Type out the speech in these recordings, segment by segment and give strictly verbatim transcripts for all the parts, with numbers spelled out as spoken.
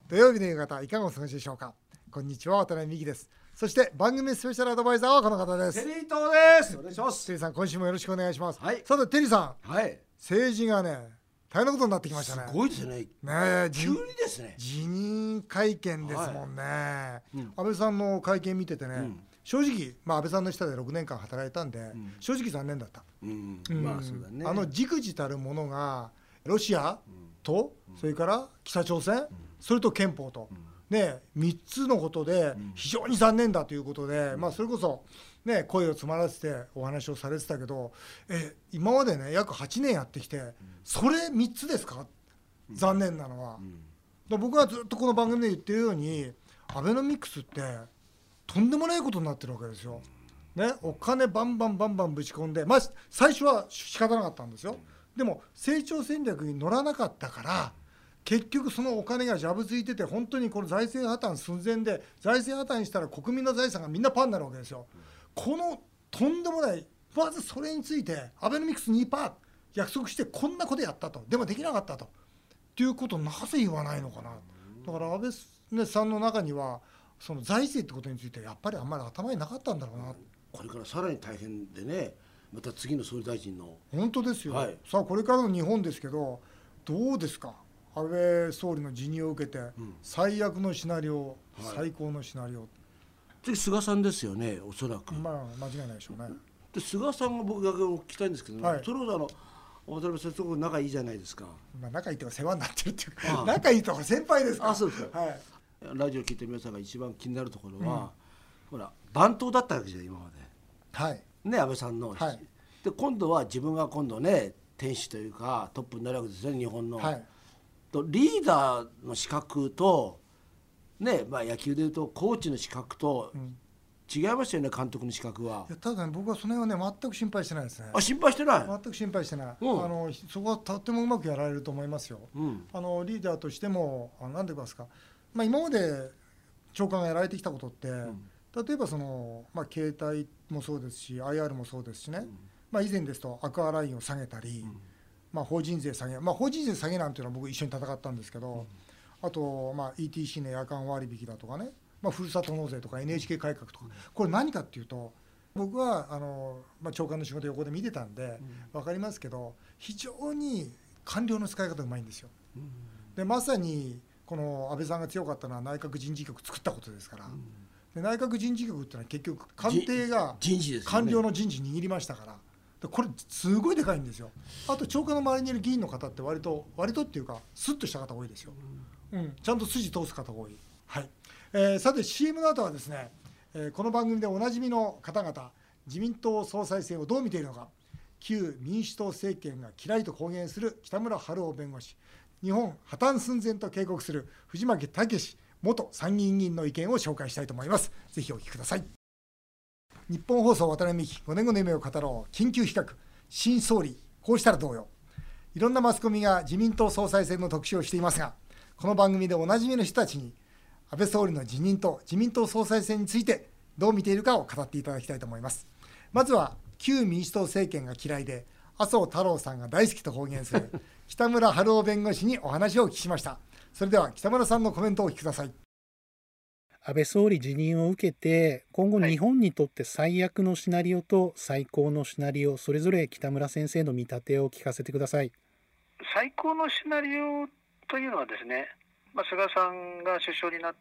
土曜日の夕方いかがお過ごしでしょうか。こんにちは、渡辺美希です。そして番組スペシャルアドバイザーはこの方です。 テリー東です。お願いします。 テリーさん、今週もよろしくお願いします。 はい。 さてテリーさん、 はい。 政治がね大変なことになってきましたね。 すごいですね。 ねえ、 急にですね。 辞任会見ですもんね、はいうん、安倍さんの会見見ててね、うん、正直、まあ、安倍さんの下でろくねんかん働いたんで、うん、正直残念だった、 うんうん、まあそうだね。 あの忸怩たるものがロシアと、うん、それから北朝鮮、うん、それと憲法と、うんね、みっつのことで非常に残念だということで、うんまあ、それこそ、ね、声を詰まらせてお話をされてたけど、え今までね約はちねんやってきて、うん、それみっつですか、うん、残念なのは、うん、だ僕はずっとこの番組で言ってるようにアベノミクスってとんでもないことになってるわけですよ、ね、お金バンバンバンバンぶち込んで、まあ、最初は仕方なかったんですよ。でも成長戦略に乗らなかったから結局そのお金がじゃぶついてて本当にこの財政破綻寸前で財政破綻したら国民の財産がみんなパーになるわけですよ。このとんでもないまずそれについてアベノミクス にパーセント 約束してこんなことやったとでもできなかったとっていうことをなぜ言わないのかな。だから安倍さんの中にはその財政ってことについてやっぱりあんまり頭になかったんだろうな。 これからさらに大変でね、また次の総理大臣の本当ですよ、はい、さあこれからの日本ですけどどうですか。安倍総理の辞任を受けて、うん、最悪のシナリオ、はい、最高のシナリオ次菅さんですよね、おそらく。 まあ間違いないでしょうね。 で菅さんが僕が聞きたいんですけど、ねはい、それこそあの渡辺先生と仲いいじゃないですか。 まあ、仲いいとか世話になってるっていうか仲いいとか先輩ですか。 あそうですか、はい、ラジオ聞いて皆さんが一番気になるところは、うん、ほら番頭だったわけじゃん今まで、 はいね、安倍さんの、はい、で今度は自分が今度ね天使というかトップになるわけですよね日本の、はいとリーダーの資格と、ねまあ、野球でいうとコーチの資格と違いましたよね、監督の資格は。 いやただ、ね、僕はその辺はね全く心配してないですね。 あ心配してない。 全く心配してない、うん、あのそこはとってもうまくやられると思いますよ、うん、あのリーダーとしてもあの何て言いますか、まあ、今まで長官がやられてきたことって、うん、例えばその、まあ、携帯もそうですし アイアール もそうですしね、うんまあ、以前ですとアクアラインを下げたり、うんまあ、法人税下げ、まあ、法人税下げなんていうのは僕一緒に戦ったんですけど、うん、あと、まあ、イーティーシー の夜間割引だとかね、まあ、ふるさと納税とか エヌエイチケー 改革とか、うん、これ何かっていうと僕はあの、まあ、長官の仕事横で見てたんで、うん、分かりますけど非常に官僚の使い方うまいんですよ、うん、でまさにこの安倍さんが強かったのは内閣人事局作ったことですから、うん、で内閣人事局ってのは結局官邸が官僚の人事握りましたから、これすごいでかいんですよ。あと長官の周りにいる議員の方って割と割とっていうかスッとした方多いですよ、うん、ちゃんと筋通す方多い、はいえー、さて シーエム の後はですね、えー、この番組でおなじみの方々自民党総裁選をどう見ているのか旧民主党政権が嫌いと公言する北村春夫弁護士、日本破綻寸前と警告する藤巻武元参議院議員の意見を紹介したいと思います。ぜひお聞きください。日本放送渡辺美希ごねんごの夢を語ろう緊急比較新総理こうしたらどうよ。いろんなマスコミが自民党総裁選の特集をしていますが、この番組でおなじみの人たちに安倍総理の辞任と自民党総裁選についてどう見ているかを語っていただきたいと思います。まずは旧民主党政権が嫌いで麻生太郎さんが大好きと公言する北村春夫弁護士にお話をお聞きしました。それでは北村さんのコメントをお聞きください。 安倍総理辞任を受けて今後日本にとって最悪のシナリオと最高のシナリオ、それぞれ北村先生の見立てを聞かせてください。 最高のシナリオというのはですね、まあ、菅さんが首相になって、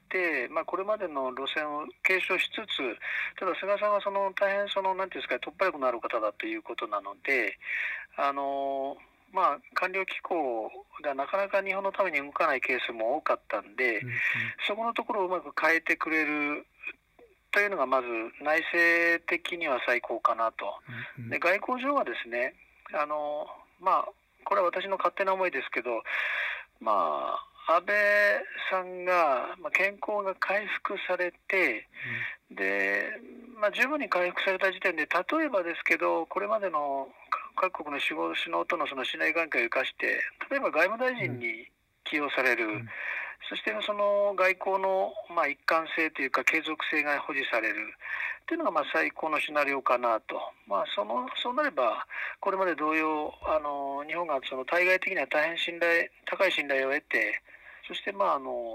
まあ、これまでの路線を継承しつつ、ただ菅さんはその大変そのなんていうんですか突破力のある方だということなので、あのまあ、官僚機構がなかなか日本のために動かないケースも多かったんで、うんうん、そこのところをうまく変えてくれるというのがまず内政的には最高かなと、うんうん、で外交上はですね、あの、まあ、これは私の勝手な思いですけど、まあ、安倍さんが健康が回復されて、うん、で、まあ、十分に回復された時点で例えばですけどこれまでの各国の首脳とのその信頼関係を生かして例えば外務大臣に起用される、うん、そしてその外交のまあ一貫性というか継続性が保持されるというのがまあ最高のシナリオかなと、まあ、そのそうなればこれまで同様あの日本がその対外的には大変信頼高い信頼を得てそしてまああの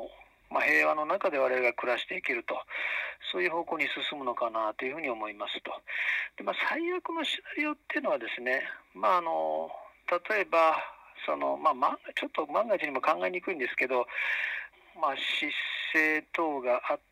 まあ、平和の中で我々が暮らしていけると、そういう方向に進むのかなというふうに思いますと。で、まあ、最悪のシナリオっていうのはですね、まあ、あの例えばその、まあ、ちょっと万が一にも考えにくいんですけど、まあ、失政等があって、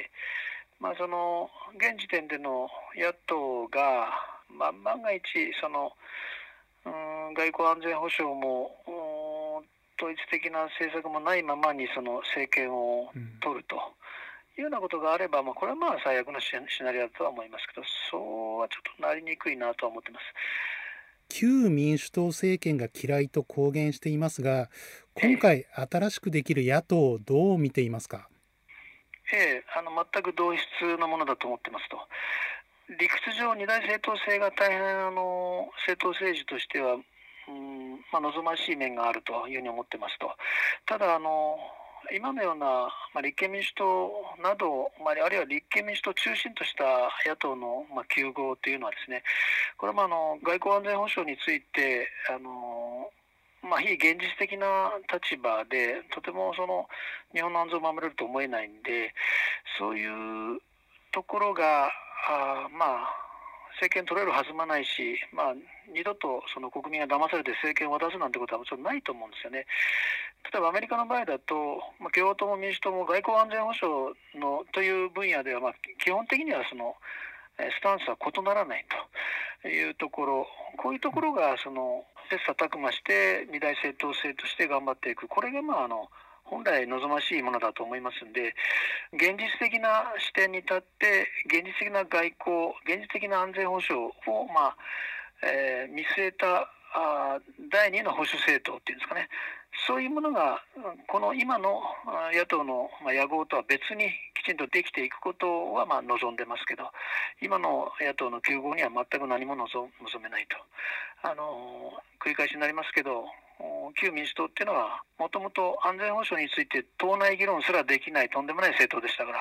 まあ、その現時点での野党が、まあ、万が一そのうん外交安全保障も統一的な政策もないままにその政権を取るというようなことがあれば、まあ、これはまあ最悪のシナリオだとは思いますけど、そうはちょっとなりにくいなとは思ってます。 旧民主党政権が嫌いと公言していますが、今回新しくできる野党をどう見ていますか？ ええ、あの全く同質のものだと思ってますと。理屈上二大政党制が大変あの政党政治としては、うんまあ、望ましい面があるというふうに思ってますと。ただあの今のような、まあ、立憲民主党など、まあ、あるいは立憲民主党を中心とした野党の、まあ、糾合というのはですね、これもあの外交安全保障についてあのまあ、非現実的な立場でとてもその日本の安全を守れると思えないんで、そういうところがあまあ政権取れるはずもないし、まあ、二度とその国民が騙されて政権を渡すなんてことはもちろんないと思うんですよね。例えばアメリカの場合だと、まあ、共和党も民主党も外交安全保障のという分野では、まあ、基本的にはそのスタンスは異ならないというところ、こういうところがその切磋琢磨して二大政党制として頑張っていく、これがまああの本来望ましいものだと思いますんで、現実的な視点に立って現実的な外交、現実的な安全保障を、まあえー、見据えたあ第二の保守政党っていうんですかね、そういうものがこの今の野党の野合とは別にきちんとできていくことはまあ望んでますけど、今の野党の糾合には全く何も望めないと。あの繰り返しになりますけど、旧民主党っていうのはもともと安全保障について党内議論すらできないとんでもない政党でしたから、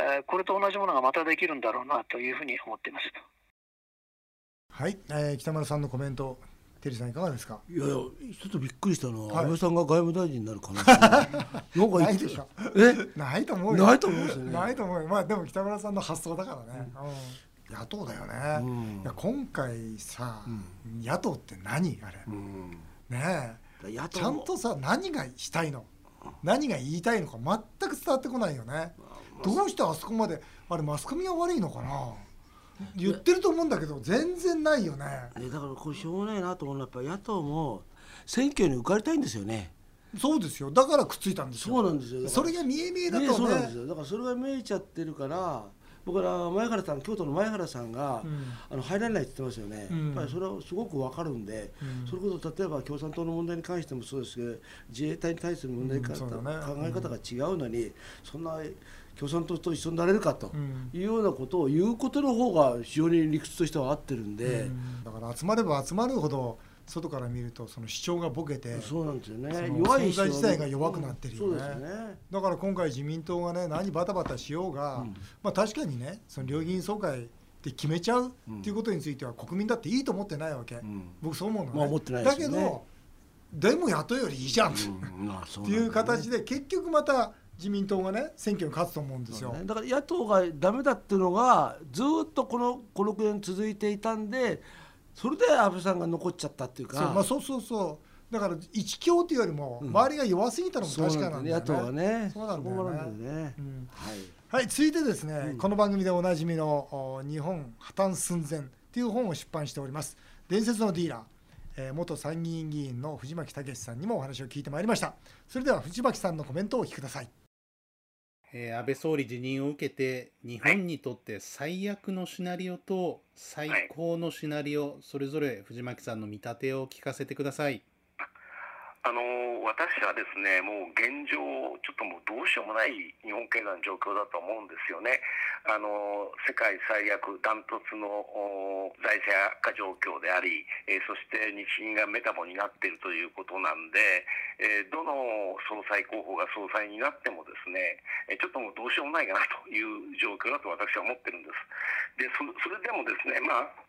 えー、これと同じものがまたできるんだろうなというふうに思っています。 はい、えー、北村さんのコメント、テリーさんいかがですか？ いやいや、ちょっとびっくりしたのは、 はい、 安倍さんが外務大臣になる可能性なんかないでしょ。 えないと思うよ。 ないと思うんですよね。 ないと思うよ。まあでも北村さんの発想だからね、うん、野党だよね、うん、いや今回さ、うん、野党って何あれ、うん、ねえちゃんとさ何がしたいの、何が言いたいのか全く伝わってこないよね。どうしてあそこまであれマスコミが悪いのかな、言ってると思うんだけど全然ないよね。 だからこれしょうがないなと思うのは、やっぱ野党も選挙に受かりたいんですよね。 そうですよ、だからくっついたんですよ。 そうなんですよ。 それが見え見えだとね。 そうなんですよ。だからそれが見えちゃってるから、僕ら前原さん、京都の前原さんが、うん、あの入らないって言ってますよね、うん、やっぱりそれはすごく分かるんで、うん、それこそ例えば共産党の問題に関してもそうですけど、自衛隊に対する問題方、うんね、考え方が違うのに、そんな共産党と一緒になれるかというようなことを言うことの方が非常に理屈としては合ってるんで、 だから集まれば集まるほど外から見るとその主張がボケて、 そうなんですよね、 弱い存在自体が弱くなってるよね、 うん、そうですね。 だから今回自民党がね何バタバタしようが、うん、まあ確かにねその両議員総会で決めちゃうっていうことについては国民だっていいと思ってないわけ、うん、僕そう思うのね、 まあ、思ってないですよね。 だけどでも野党よりいいじゃん、うんまあそうなんだよね、っていう形で結局また自民党がね選挙に勝つと思うんですよ、ね、 だから野党がダメだっていうのがずっとこのごろくねん続いていたんで、それで安倍さんが残っちゃったっていうか、 そう、まあ、そうそうそうだから一強というよりも周りが弱すぎたのも確かなんだよね、うん、 野党はねそうなんだよね、 うんはいはい、続いてですね、うん、この番組でおなじみの日本破綻寸前という本を出版しております伝説のディーラー、えー、元参議院議員の藤巻武さんにもお話を聞いてまいりました。それでは藤巻さんのコメントをお聞きください。 えー、安倍総理辞任を受けて日本にとって最悪のシナリオと最高のシナリオ、はい、それぞれ藤巻さんの見立てを聞かせてください。 あの私はですね、もう現状ちょっともうどうしようもない日本経済の状況だと思うんですよね。あの世界最悪ダントツの財政悪化状況であり、えー、そして日銀がメタボになっているということなんで、えー、どの総裁候補が総裁になってもですね、ちょっともうどうしようもないかなという状況だと私は思ってるんです。で そ, それでもですね、まあ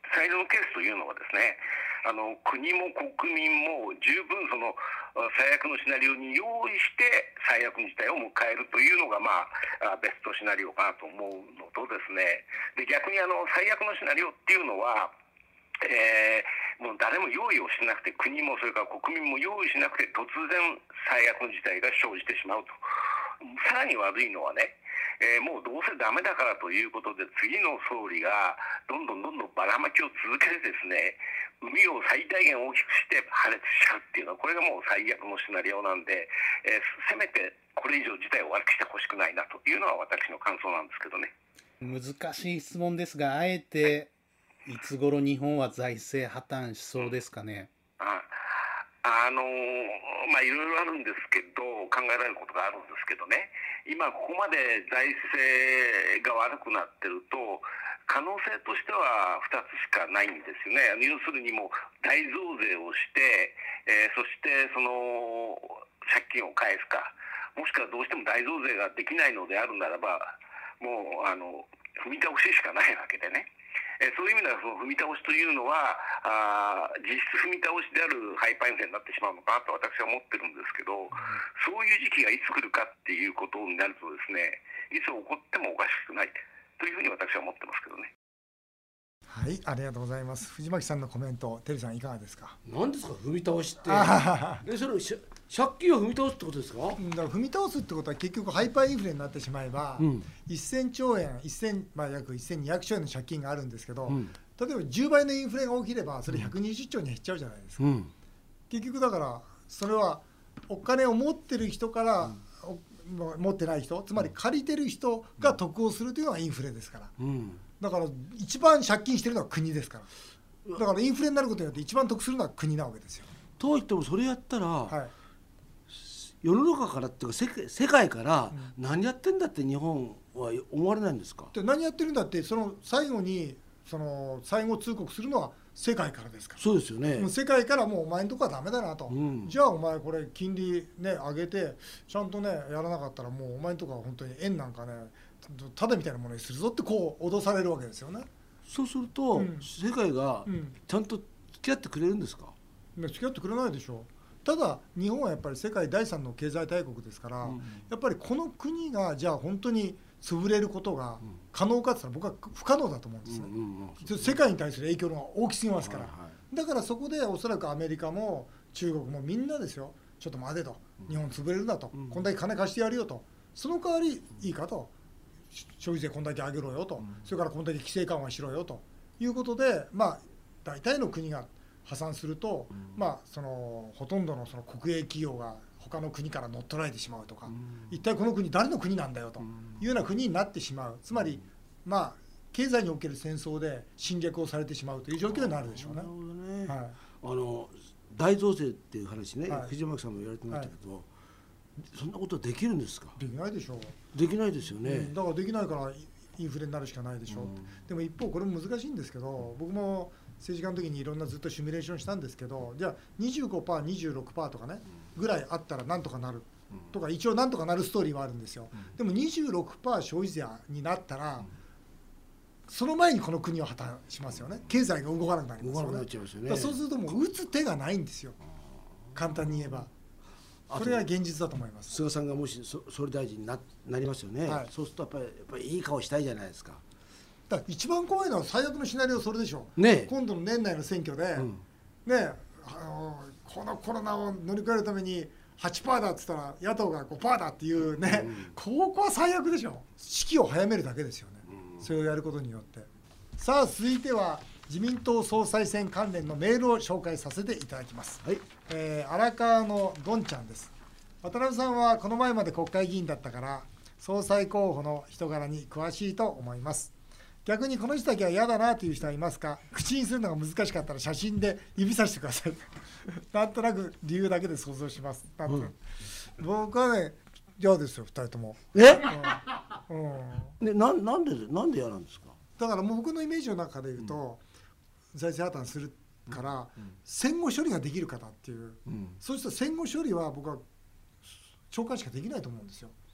最初のケースというのはですね、あの国も国民も十分その最悪のシナリオに用意して最悪の事態を迎えるというのが、まあ、ベストシナリオかなと思うのとですね、で逆にあの最悪のシナリオっていうのは、えー、もう誰も用意をしなくて、国もそれから国民も用意しなくて突然最悪の事態が生じてしまうと。さらに悪いのはね、えー、もうどうせダメだからということで次の総理がどんどんどんどんばらまきを続けてですね、海を最大限大きくして破裂しちゃうっていうのは、これがもう最悪のシナリオなんで、えー、せめてこれ以上事態を悪くしてほしくないなというのは私の感想なんですけどね。難しい質問ですが、あえていつ頃日本は財政破綻しそうですかね。 ああのー、まあいろいろあるんですけど、考えられることがあるんですけどね、今ここまで財政が悪くなってると、可能性としてはふたつしかないんですよね。要するにもう大増税をして、えー、そしてその借金を返すか、もしくはどうしても大増税ができないのであるならば、もうあの踏み倒ししかないわけでね。えー、そういう意味ではその踏み倒しというのはあ実質踏み倒しであるハイパーインフレになってしまうのかなと私は思ってるんですけど、そういう時期がいつ来るかっていうことになるとですね、いつ起こってもおかしくないというふうに私は思ってますけどね。 はい、ありがとうございます。藤巻さんのコメント、テリーさんいかがですか。 何ですか踏み倒しって。え、それ借金を踏み倒すってことですか。だから踏み倒すってことは結局ハイパーインフレになってしまえば、うん、せんちょうえん、せん、まあ、約せんにひゃくちょうえんの借金があるんですけど、うん、例えばじゅうばいのインフレが起きればそれひゃくにじゅっちょうに減っちゃうじゃないですか、うん、結局だからそれはお金を持ってる人から、うん、持ってない人、つまり借りてる人が得をするというのがインフレですから、うん、だから一番借金してるのは国ですから、だからインフレになることによって一番得するのは国なわけですよ。 とはいってもそれやったら、はい、世の中からっていうか 世, 世界から何やってんだって日本は思われないんですか。 で何やってるんだって、その最後にその最後通告するのは世界からですから。 そうですよね。 もう世界からもうお前のとこはダメだなと、うん、じゃあお前これ金利ね上げてちゃんとねやらなかったらもうお前のとこは本当に円なんかねただみたいなものにするぞってこう脅されるわけですよね。 そうすると、うん、世界がちゃんと付き合ってくれるんですか。 うん、付き合ってくれないでしょう。ただ日本はやっぱり世界だいさんの経済大国ですから、うん、やっぱりこの国がじゃあ本当に潰れることが可能かって言ったら僕は不可能だと思うんですね、うんうんうん、世界に対する影響が大きすぎますから、はいはい、だからそこでおそらくアメリカも中国もみんなですよ、ちょっと待てと、日本潰れるなと、うん、こんだけ金貸してやるよと、その代わりいいかと、消費税こんだけ上げろよと、うん、それからこんだけ規制緩和しろよということで、まあ大体の国が破産すると、うん、まあそのほとんどのその国営企業が他の国から乗っ取られてしまうとか、うん、一体この国誰の国なんだよというような国になってしまう、つまり、まあ経済における戦争で侵略をされてしまうという状況になるでしょうね。なるほどね、はい、 あの大増税っていう話ね、はい、藤巻さんも言われてましたけど、はい、そんなことできるんですか。 できないでしょう。 できないですよね、うん、 だからできないからインフレになるしかないでしょう、うん、でも一方これも難しいんですけど、僕も政治家の時にいろんなずっとシミュレーションしたんですけど、じゃあ にじゅうごパーセント、にじゅうろくパーセント とかねぐらいあったらなんとかなるとか、一応なんとかなるストーリーはあるんですよ。でも にじゅうろくパーセント 消費税になったらその前にこの国は破綻しますよね。経済が動かなくなりますよね。だからそうするともう打つ手がないんですよ、簡単に言えば。それが現実だと思います。 菅さんがもし総理大臣に な, なりますよね、はい、そうするとやっぱり、やっぱりいい顔したいじゃないですか。 だ一番怖いのは最悪のシナリオそれでしょ、 ね、 今度の年内の選挙で、うん、ね、あのこのコロナを乗り越えるために はちパーセント だって言ったら野党が ごパーセント だっていうね、うん、ここは最悪でしょ。式を早めるだけですよね、うん、それをやることによって。さあ続いては自民党総裁選関連のメールを紹介させていただきます、はい、えー、荒川のどんちゃんです。渡辺さんはこの前まで国会議員だったから総裁候補の人柄に詳しいと思います。逆にこの人だけは嫌だなという人はいますか。口にするのが難しかったら写真で指さしてくださいなんとなく理由だけで想像します。なんうん、僕はね嫌ですよふたりとも。 え、うんうん、で な, なんでなんで嫌なんですか。 だからもう僕のイメージの中で言うと、うん、財政破綻するから、うん、戦後処理ができる方っていう、うん、そうすると戦後処理は僕は長官しかできないと思うんですよ。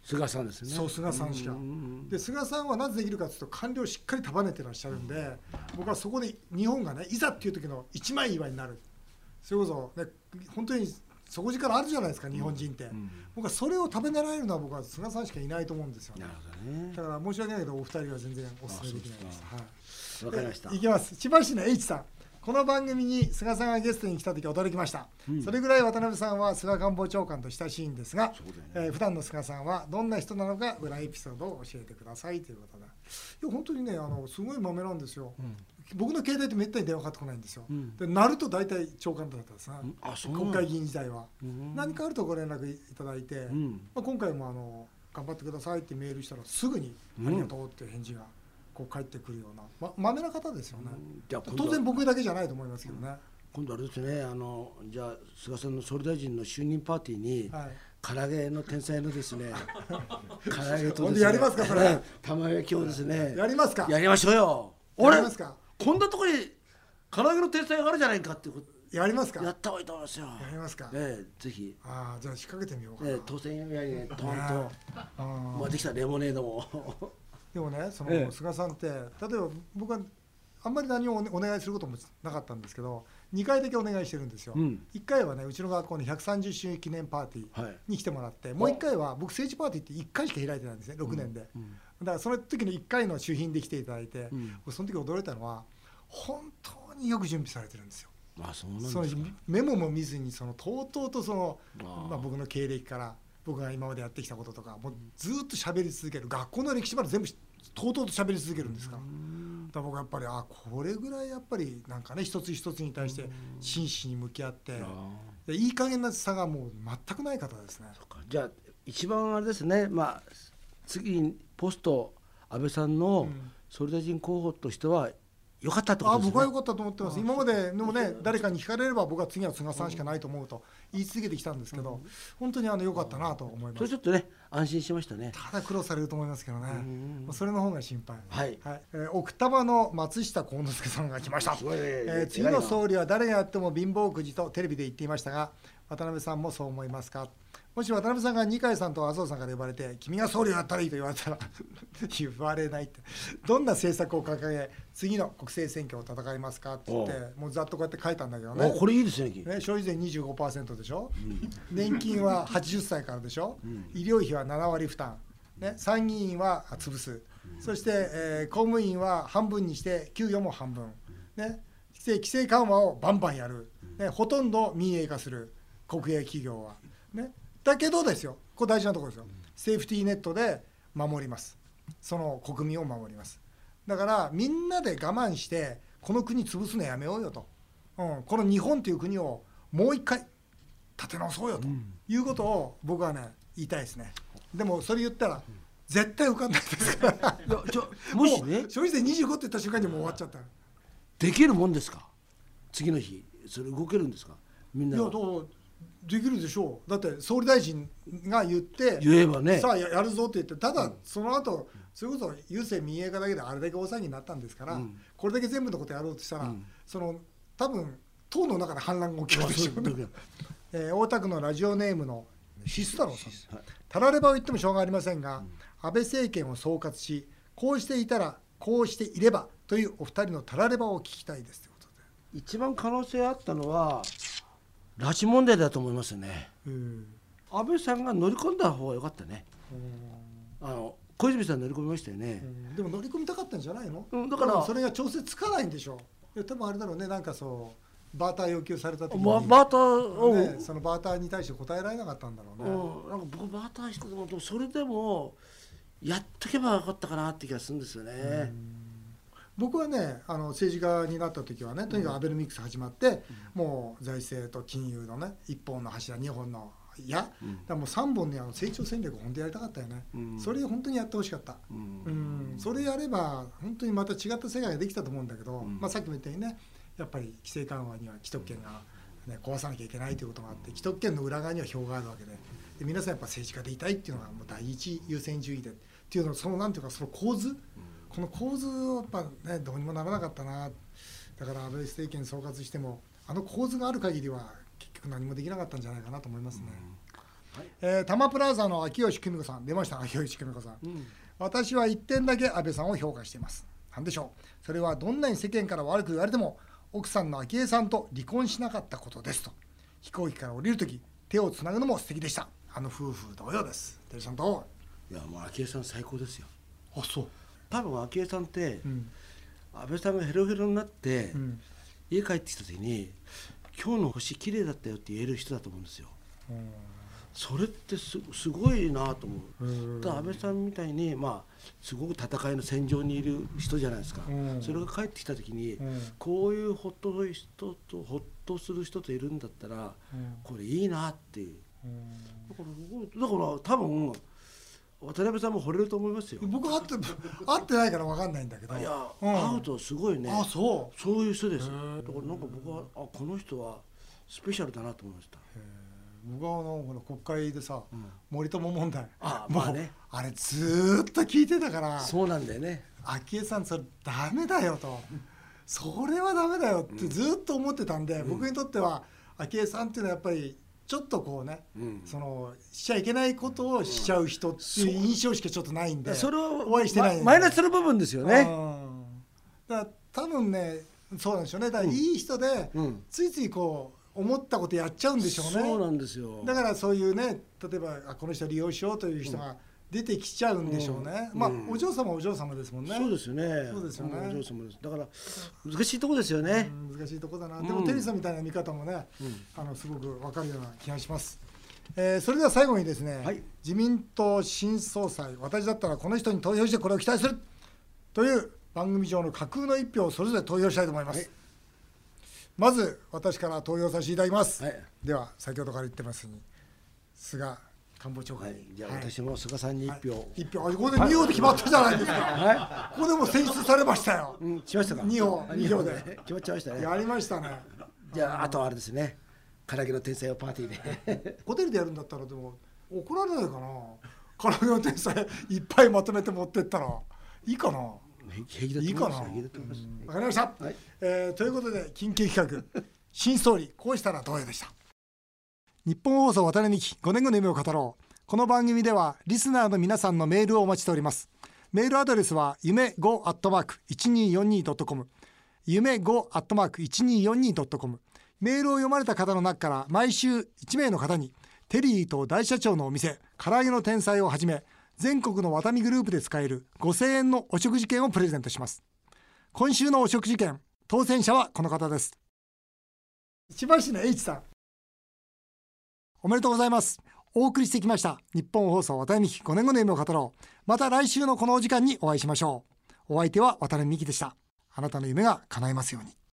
菅さんですね。 そう、菅さんしか。で菅さんはなぜできるかというと官僚をしっかり束ねてらっしゃるんで、僕はそこで日本がねいざっていう時の一枚岩になる。それこそね本当に底力あるじゃないですか日本人って、うん、僕はそれを食べ狙えるのは僕は菅さんしかいないと思うんですよね。 なるほどね。 だから申し訳ないけどお二人は全然お勧めできないです。 わ、はい、かりました。 いきます。千葉市の H さん、この番組に菅さんがゲストに来た時驚きました、うん、それぐらい渡辺さんは菅官房長官と親しいんですが、ねえー、普段の菅さんはどんな人なのか裏エピソードを教えてくださいということで、いや本当にねあのすごい豆なんですよ、うん、僕の携帯ってめったに電話かかってこないんですよ、うん、で鳴ると大体長官だったんですね、うん、あそう国会議員時代は、うん、何かあるとご連絡いただいて、うんまあ、今回もあの頑張ってくださいってメールしたらすぐにありがとうって返事がこう返ってくるような、ま、まめな方ですよね、うん、じゃあ当然僕だけじゃないと思いますけどね、うん、 今度あれですね、あのじゃあ菅さんの総理大臣の就任パーティーに、はい、唐揚げの天才のですね唐揚げとですねやりますかそれ玉焼きをですねやりますかやりましょうよ。 やりますかこんなところに唐揚げの天才があるじゃないかっていうことやりますかやった方がいいと思いますよ。 やりますか、 ええ、ぜひ。 ああじゃあ仕掛けてみようかな、 ええ、当選やりねトンとまあできたレモネードもでもねその、ええ、菅さんって例えば僕はあんまり何をお願いすることもなかったんですけどにかいだけお願いしてるんですよ、うん、いっかいはねうちの学校のひゃくさんじゅっしゅうねん記念パーティーに来てもらって、はい、もういっかいは僕政治パーティーっていっかいしか開いてないんですねろくねんで、うんうん、だからその時のいっかいの主賓で来ていただいて、うん、その時驚いたのは本当によく準備されてるんですよ。 ああそうなんですか。 そのメモも見ずにそのとうとうとそのあ、まあ、僕の経歴から僕が今までやってきたこととかもうずっと喋り続ける、学校の歴史まで全部とうとうと喋り続けるんですから、だから僕はやっぱりあこれぐらいやっぱりなんかね一つ一つに対して真摯に向き合っていい加減な差がもう全くない方ですね。 そうか、じゃあ一番あれですね、まあ次にポスト安倍さんの総理大臣候補としては良かったってことですね。 あ僕は良かったと思ってます。今まででもね誰かに聞かれれば僕は次は菅さんしかないと思うと言い続けてきたんですけど、うん、本当にあの良かったなと思います。 それちょっとね安心しましたね。 ただ苦労されると思いますけどね、うん、それの方が心配。 はい、 はいえー、奥多摩の松下幸之助さんが来ました、えー、次の総理は誰がやっても貧乏くじとテレビで言っていましたが渡辺さんもそう思いますか。もし渡辺さんが二階さんと麻生さんから呼ばれて君が総理をやったらいいと言われたら言われないってどんな政策を掲げ次の国政選挙を戦いますかって言ってもうざっとこうやって書いたんだけどね。 これいいですね。 ね消費税 にじゅうごパーセント でしょ、うん、年金ははちじゅっさいからでしょ、うん、医療費はななわり負担、ね、参議院は潰す、うん、そして、えー、公務員は半分にして給与も半分、ね、規制、規制緩和をバンバンやる、ね、ほとんど民営化する国営企業は、ね、だけどですよこれ大事なところですよ、セーフティーネットで守ります。その国民を守ります。だからみんなで我慢してこの国潰すのやめようよと、うん、この日本という国をもう一回立て直そうよということを僕はね言いたいですね。でもそれ言ったら絶対受かんないですからいやちょもしね消費税にじゅうごって言った瞬間にもう終わっちゃった。 できるもんですか。次の日それ動けるんですかみんな。 いやどうできるでしょう。だって総理大臣が言って言えばねさあ や, やるぞって言ってただその後それこそ郵政民営化だけであれだけ大騒ぎになったんですから、うん、これだけ全部のことやろうとしたら、うん、その多分党の中で反乱が起きるでしょうねえー、大田区のラジオネームのシス太郎さん、はい、たらればを言ってもしょうがありませんが、うん、安倍政権を総括しこうしていたらこうしていればというお二人のたらればを聞きたいですということで一番可能性あったのは拉致問題だと思いますよね。安倍さんが乗り込んだ方が良かったね。あの小泉さん乗り込みましたよね。 でも乗り込みたかったんじゃないの、 うん、だからそれが調整つかないんでしょう。多分あれだろうねなんかそうバーター要求された時に、 ま、バーターを、 ね、そのバーターに対して答えられなかったんだろうね、 うん、なんか僕バーターしててもそれでもやっとけばよかったかなって気がするんですよね。 僕はねあの政治家になった時はねとにかくアベノミクス始まって、うん、もう財政と金融のねいっぽんの柱にほんの矢、うん、だもうさんぼんのあの成長戦略を本当にやりたかったよね、うん、それ本当にやってほしかった、うんうん、それやれば本当にまた違った世界ができたと思うんだけど、うんまあ、さっきも言ったようにねやっぱり規制緩和には既得権が、ね、壊さなきゃいけないということがあって既得権の裏側には票があるわけで、で皆さんやっぱ政治家でいたいっていうのがもう第一優先順位でっていうのそのなんていうかその構図、この構図をやっぱねどうにもならなかったな。だから安倍政権総括してもあの構図がある限りは結局何もできなかったんじゃないかなと思いますね。 はい、えー、タマプラザの秋吉久美子さん出ました。秋吉久美子さん、うん、私はいってんだけ安倍さんを評価しています。なんでしょう。それはどんなに世間から悪く言われても奥さんの昭恵さんと離婚しなかったことですと。飛行機から降りるとき手をつなぐのも素敵でした。あの夫婦同様です。テリーさんどう？いやもう昭恵さん最高ですよ。 あ、そう。 多分昭恵さんって、うん、安倍さんがヘロヘロになって、うん、家帰ってきた時に今日の星綺麗だったよって言える人だと思うんですよ。うん、それって す, すごいなと思う。うん、だから安倍さんみたいに、まあ、すごく戦いの戦場にいる人じゃないですか。うん、それが帰ってきた時に、うん、こういうほっと人とほっとする人といるんだったら、うん、これいいなっていう。うん、だからだから多分渡辺さんも惚れると思いますよ。 僕会って会ってないから分かんないんだけど。 いや、うん、会うとすごいね。 あ、そう。 そういう人です。だからなんか僕はあこの人はスペシャルだなと思いました。 僕はあのこの国会でさ、うん、森友問題。 あ、まあね。 あれずっと聞いてたから。 そうなんだよね。 昭恵さんそれダメだよと。それはダメだよってずっと思ってたんで、うん、僕にとっては昭恵さんっていうのはやっぱり。ちょっとこうね、うん、そのしちゃいけないことをしちゃう人っていう印象しかちょっとないんで、 それをお会いしてないんで、 ま、マイナスの部分ですよね。 だから多分ね、そうなんでしょうね。だからいい人で、うん、ついついこう思ったことやっちゃうんでしょうね。 そうなんですよ。 だからそういうね、例えばあこの人利用しようという人が出てきちゃうんでしょうね。うん、まあ、うん、お嬢様はお嬢様ですもんね。 そうですよね。 そうですよね。 お嬢様です。だから難しいとこですよね。 うん、難しいとこだな。でも、うん、テリーさんみたいな見方もね、うん、あのすごく分かるような気がします。えー、それでは最後にですね、はい、自民党新総裁、私だったらこの人に投票してこれを期待するという番組上の架空の一票をそれぞれ投票したいと思います。はい、まず私から投票させていただきます。はい、では先ほどから言ってますように菅官房長官に、はい、 じゃあ私も菅さんに一票、はい、 一票、ここでに票で決まったじゃないですか。はい、ここでも選出されましたよ。 うん、しましたか。 に票、に票で決まっちゃいましたね。 やりましたね。 じゃああとはあれですね。唐揚げの天才をパーティーでホテルでやるんだったらでも怒られないかな。唐揚げの天才いっぱいまとめて持ってったらいいかな。 平気だと思います。いいかな。 わかりました。はい、えー、ということで緊急企画新総理こうしたらどうよでした。日本放送渡辺美希ごねんごの夢を語ろう。この番組ではリスナーの皆さんのメールをお待ちしております。メールアドレスは夢 ご アットマーク いちにーよんにー ドットコム 夢 ご アットマーク いちにーよんにー ドットコム。メールを読まれた方の中から毎週いち名の方にテリーと大社長のお店唐揚げの天才をはじめ全国のワタミグループで使えるごせんえんのお食事券をプレゼントします。今週のお食事券当選者はこの方です。千葉市の H さん、おめでとうございます。お送りしてきました日本放送渡辺美希ごねんごの夢を語ろう。また来週のこのお時間にお会いしましょう。お相手は渡辺美希でした。あなたの夢が叶いますように。